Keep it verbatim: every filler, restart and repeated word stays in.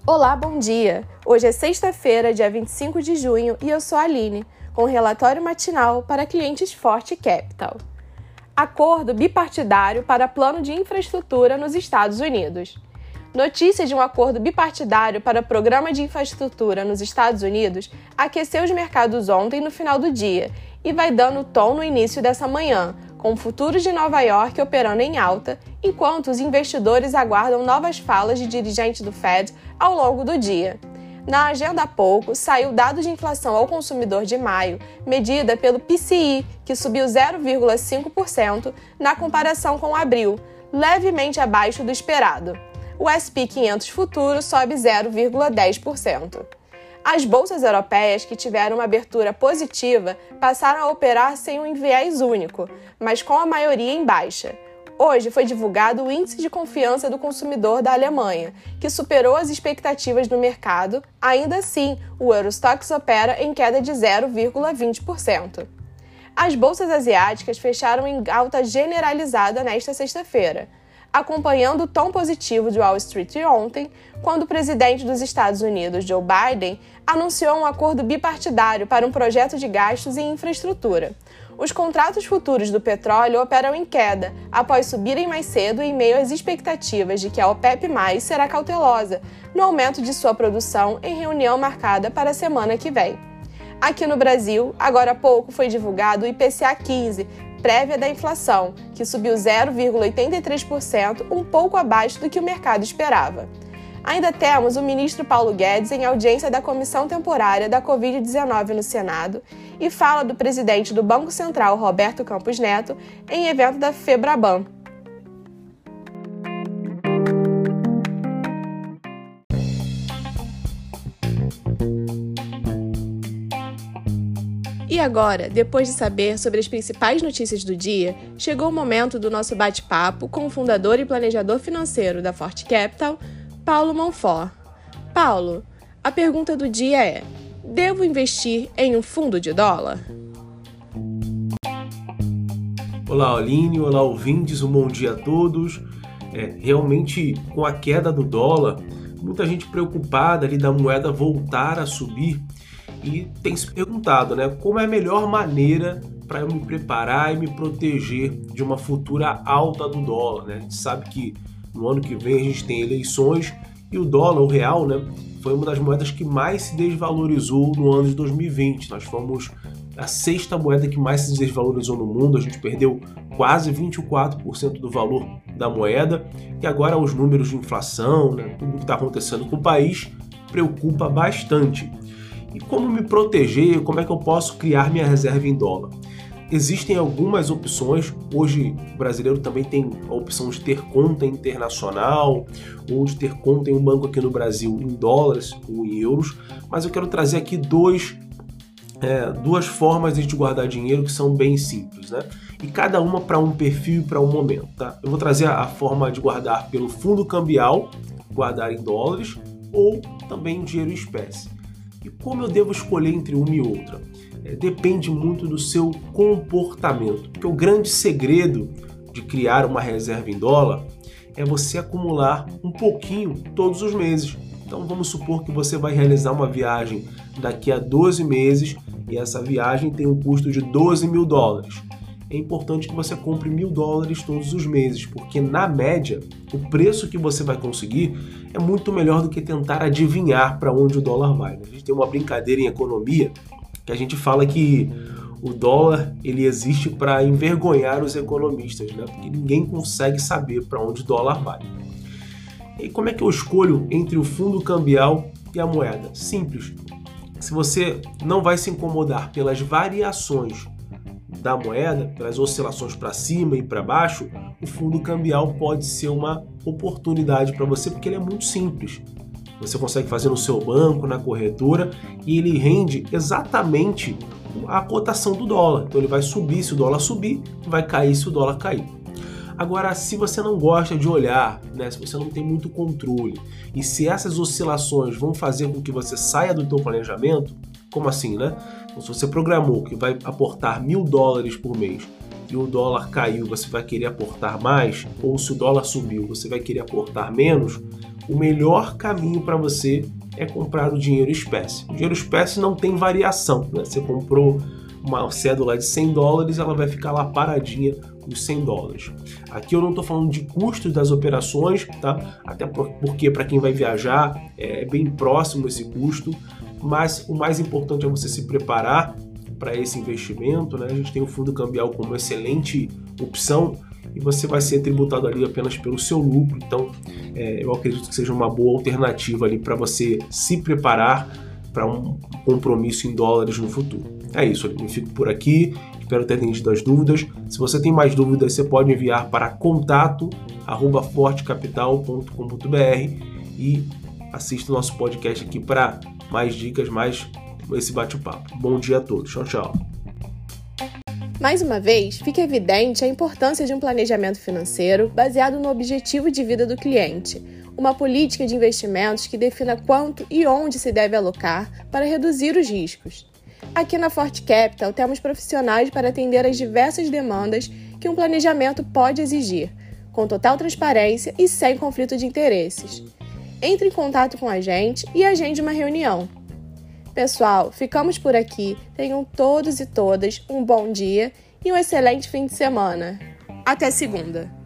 Olá, bom dia! Hoje é sexta-feira, dia vinte e cinco de junho, e eu sou a Aline, com o relatório matinal para clientes Forte Capital. Acordo bipartidário para plano de infraestrutura nos Estados Unidos. Notícia de um acordo bipartidário para programa de infraestrutura nos Estados Unidos aqueceu os mercados ontem no final do dia e vai dando tom no início dessa manhã, com futuros de Nova York operando em alta, enquanto os investidores aguardam novas falas de dirigentes do Fed ao longo do dia. Na agenda há pouco, saiu dado de inflação ao consumidor de maio, medida pelo P C I, que subiu zero vírgula cinco por cento na comparação com abril, levemente abaixo do esperado. O S and P quinhentos futuro sobe zero vírgula dez por cento. As bolsas europeias que tiveram uma abertura positiva passaram a operar sem um viés único, mas com a maioria em baixa. Hoje foi divulgado o Índice de Confiança do Consumidor da Alemanha, que superou as expectativas do mercado. Ainda assim, o Eurostoxx opera em queda de zero vírgula vinte por cento. As bolsas asiáticas fecharam em alta generalizada nesta sexta-feira, acompanhando o tom positivo de Wall Street ontem, quando o presidente dos Estados Unidos, Joe Biden, anunciou um acordo bipartidário para um projeto de gastos em infraestrutura. Os contratos futuros do petróleo operam em queda, após subirem mais cedo em meio às expectativas de que a OPEP mais, será cautelosa no aumento de sua produção em reunião marcada para a semana que vem. Aqui no Brasil, agora há pouco foi divulgado o I P C A quinze, prévia da inflação, que subiu zero vírgula oitenta e três por cento, um pouco abaixo do que o mercado esperava. Ainda temos o ministro Paulo Guedes em audiência da Comissão Temporária da covid dezenove no Senado e fala do presidente do Banco Central, Roberto Campos Neto, em evento da Febraban. E agora, depois de saber sobre as principais notícias do dia, chegou o momento do nosso bate-papo com o fundador e planejador financeiro da Forte Capital, Paulo Monfort. Paulo, a pergunta do dia é: devo investir em um fundo de dólar? Olá, Aline, olá, ouvintes, um bom dia a todos. É, realmente, com a queda do dólar, muita gente preocupada ali da moeda voltar a subir e tem se perguntado, né, como é a melhor maneira para eu me preparar e me proteger de uma futura alta do dólar, né? A gente sabe que no ano que vem a gente tem eleições e o dólar, o real, né, foi uma das moedas que mais se desvalorizou no ano de dois mil e vinte. Nós fomos a sexta moeda que mais se desvalorizou no mundo, a gente perdeu quase vinte e quatro por cento do valor da moeda e agora os números de inflação, né, tudo que está acontecendo com o país preocupa bastante. E como me proteger, como é que eu posso criar minha reserva em dólar? Existem algumas opções. Hoje o brasileiro também tem a opção de ter conta internacional ou de ter conta em um banco aqui no Brasil em dólares ou em euros, mas eu quero trazer aqui dois, é, duas formas de a gente guardar dinheiro que são bem simples, né? E cada uma para um perfil e para um momento, tá? Eu vou trazer a forma de guardar pelo fundo cambial, guardar em dólares, ou também em dinheiro em espécie. E como eu devo escolher entre uma e outra? É, depende muito do seu comportamento, porque o grande segredo de criar uma reserva em dólar é você acumular um pouquinho todos os meses. Então vamos supor que você vai realizar uma viagem daqui a doze meses e essa viagem tem um custo de doze mil dólares. É importante que você compre mil dólares todos os meses, porque na média o preço que você vai conseguir é muito melhor do que tentar adivinhar para onde o dólar vai. A gente tem uma brincadeira em economia que a gente fala que o dólar ele existe para envergonhar os economistas, né? Porque ninguém consegue saber para onde o dólar vai. E como é que eu escolho entre o fundo cambial e a moeda? Simples. Se você não vai se incomodar pelas variações da moeda, pelas oscilações para cima e para baixo, o fundo cambial pode ser uma oportunidade para você, porque ele é muito simples. Você consegue fazer no seu banco, na corretora, e ele rende exatamente a cotação do dólar. Então ele vai subir se o dólar subir, vai cair se o dólar cair. Agora, se você não gosta de olhar, né, se você não tem muito controle, e se essas oscilações vão fazer com que você saia do seu planejamento, como assim, né? Então, se você programou que vai aportar mil dólares por mês e o dólar caiu, você vai querer aportar mais, ou se o dólar subiu, você vai querer aportar menos, o melhor caminho para você é comprar o dinheiro espécie. O dinheiro espécie não tem variação, né? Você comprou uma cédula de cem dólares, ela vai ficar lá paradinha os cem dólares. Aqui eu não estou falando de custos das operações, tá? Até porque para quem vai viajar é bem próximo esse custo, mas o mais importante é você se preparar para esse investimento, né? A gente tem o fundo cambial como excelente opção e você vai ser tributado ali apenas pelo seu lucro. Então, é, eu acredito que seja uma boa alternativa ali para você se preparar para um compromisso em dólares no futuro. É isso, eu fico por aqui, espero ter atendido as dúvidas. Se você tem mais dúvidas, você pode enviar para contato arroba fortecapital ponto com ponto b r e assista o nosso podcast aqui para mais dicas, mais esse bate-papo. Bom dia a todos, tchau, tchau. Mais uma vez, fica evidente a importância de um planejamento financeiro baseado no objetivo de vida do cliente, uma política de investimentos que defina quanto e onde se deve alocar para reduzir os riscos. Aqui na Forte Capital temos profissionais para atender às diversas demandas que um planejamento pode exigir, com total transparência e sem conflito de interesses. Entre em contato com a gente e agende uma reunião. Pessoal, ficamos por aqui. Tenham todos e todas um bom dia e um excelente fim de semana. Até segunda!